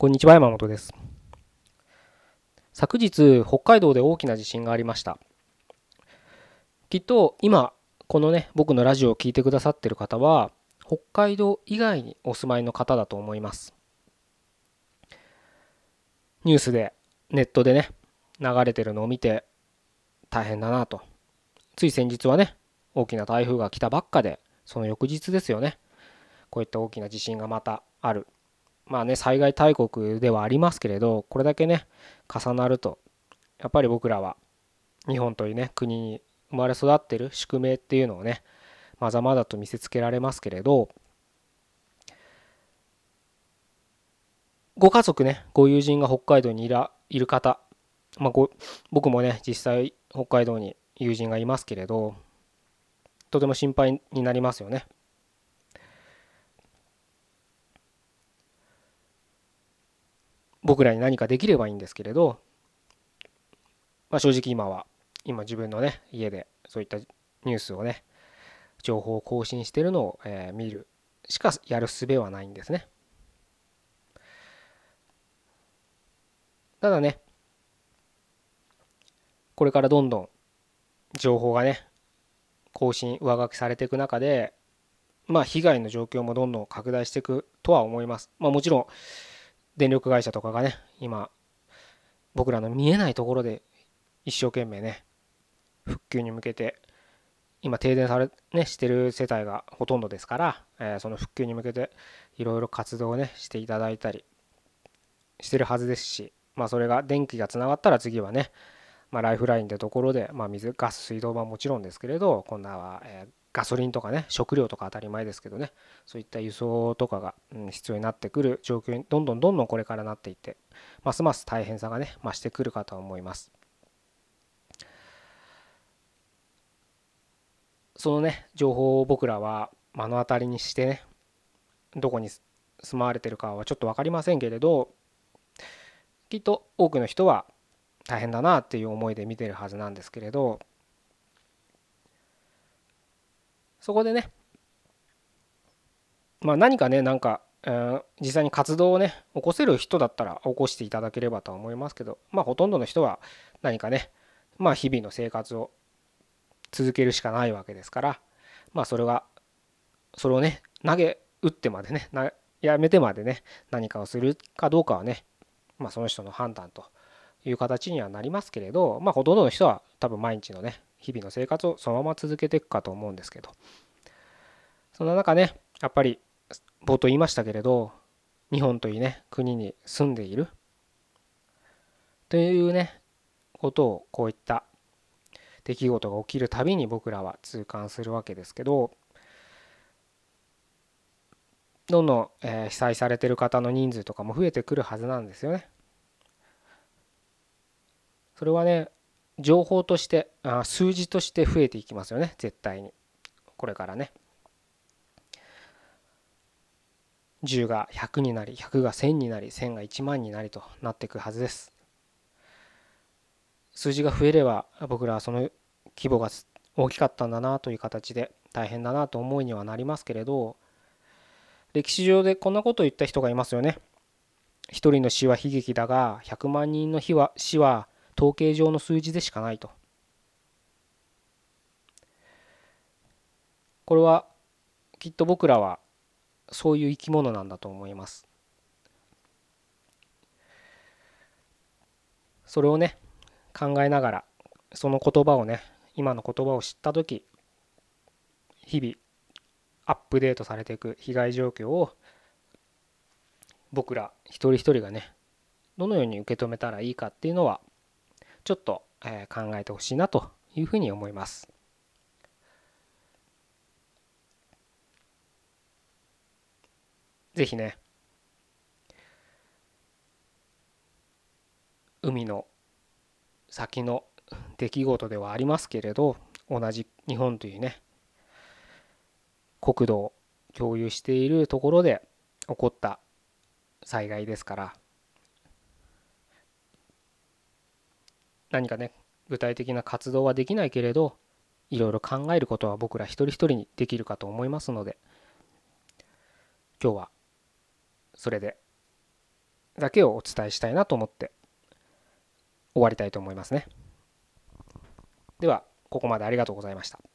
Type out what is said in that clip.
こんにちは、山本です。昨日、北海道で大きな地震がありました。きっと今、このね、僕のラジオを聞いてくださっている方は、北海道以外にお住まいの方だと思います。ニュースで、ネットでね、流れてるのを見て大変だなと。つい先日はね、大きな台風が来たばっかで、その翌日ですよね、こういった大きな地震がまたある。まあね、災害大国ではありますけれど、これだけね、重なると、やっぱり僕らは日本というね国に生まれ育ってる宿命っていうのをねまざまざと見せつけられますけれど、ご家族ねご友人が北海道にいる方、まあ、僕もね実際北海道に友人がいますけれど、とても心配になりますよね。僕らに何かできればいいんですけれど、まあ、正直今自分のね家でそういったニュースをね情報を更新しているのを、見るしかやる術はないんですね。ただね、これからどんどん情報がね更新上書きされていく中で、まあ被害の状況もどんどん拡大していくとは思います。まあもちろん電力会社とかがね今僕らの見えないところで一生懸命ね復旧に向けて、今停電してる世帯がほとんどですから、その復旧に向けていろいろ活動をねしていただいたりしてるはずですし、まあそれが電気がつながったら次はね、まあ、ライフラインってところで、まあ、水ガス水道はもちろんですけれど、今度は、ガソリンとかね食料とか当たり前ですけどね、そういった輸送とかが、必要になってくる状況にどんどんこれからなっていって、ますます大変さがね増してくるかと思います。そのね情報を僕らは目の当たりにしてね、どこに住まわれてるかはちょっと分かりませんけれど、きっと多くの人は大変だなっていう思いで見てるはずなんですけれど、そこでね、まあ、何かね実際に活動をね起こせる人だったら起こしていただければとは思いますけど、まあほとんどの人は何かね、まあ日々の生活を続けるしかないわけですから、まあそれをね打ってまでねやめてまでね何かをするかどうかはね、まあその人の判断という形にはなりますけれど、まあほとんどの人は多分毎日のね日々の生活をそのまま続けていくかと思うんですけど、そんな中ねやっぱり冒頭言いましたけれど、日本というね国に住んでいるというねことを、こういった出来事が起きるたびに僕らは痛感するわけですけど、どんどん被災されてる方の人数とかも増えてくるはずなんですよね。それはね情報として数字として増えていきますよね、絶対に。これからね10が100になり、100が1000になり、1000が1万になりとなっていくはずです。数字が増えれば僕らはその規模が大きかったんだなという形で大変だなと思いにはなりますけれど、歴史上でこんなことを言った人がいますよね。一人の死は悲劇だが100万人の死は統計上の数字でしかないと。これはきっと僕らはそういう生き物なんだと思います。それをね考えながら、その言葉をね今の言葉を知った時、日々アップデートされていく被害状況を僕ら一人一人がねどのように受け止めたらいいかっていうのはちょっと考えてほしいなというふうに思います。ぜひね、海の先の出来事ではありますけれど、同じ日本というね国土を共有しているところで起こった災害ですから、何かね具体的な活動はできないけれど、いろいろ考えることは僕ら一人一人にできるかと思いますので、今日はそれでだけをお伝えしたいなと思って終わりたいと思いますね。では、ここまでありがとうございました。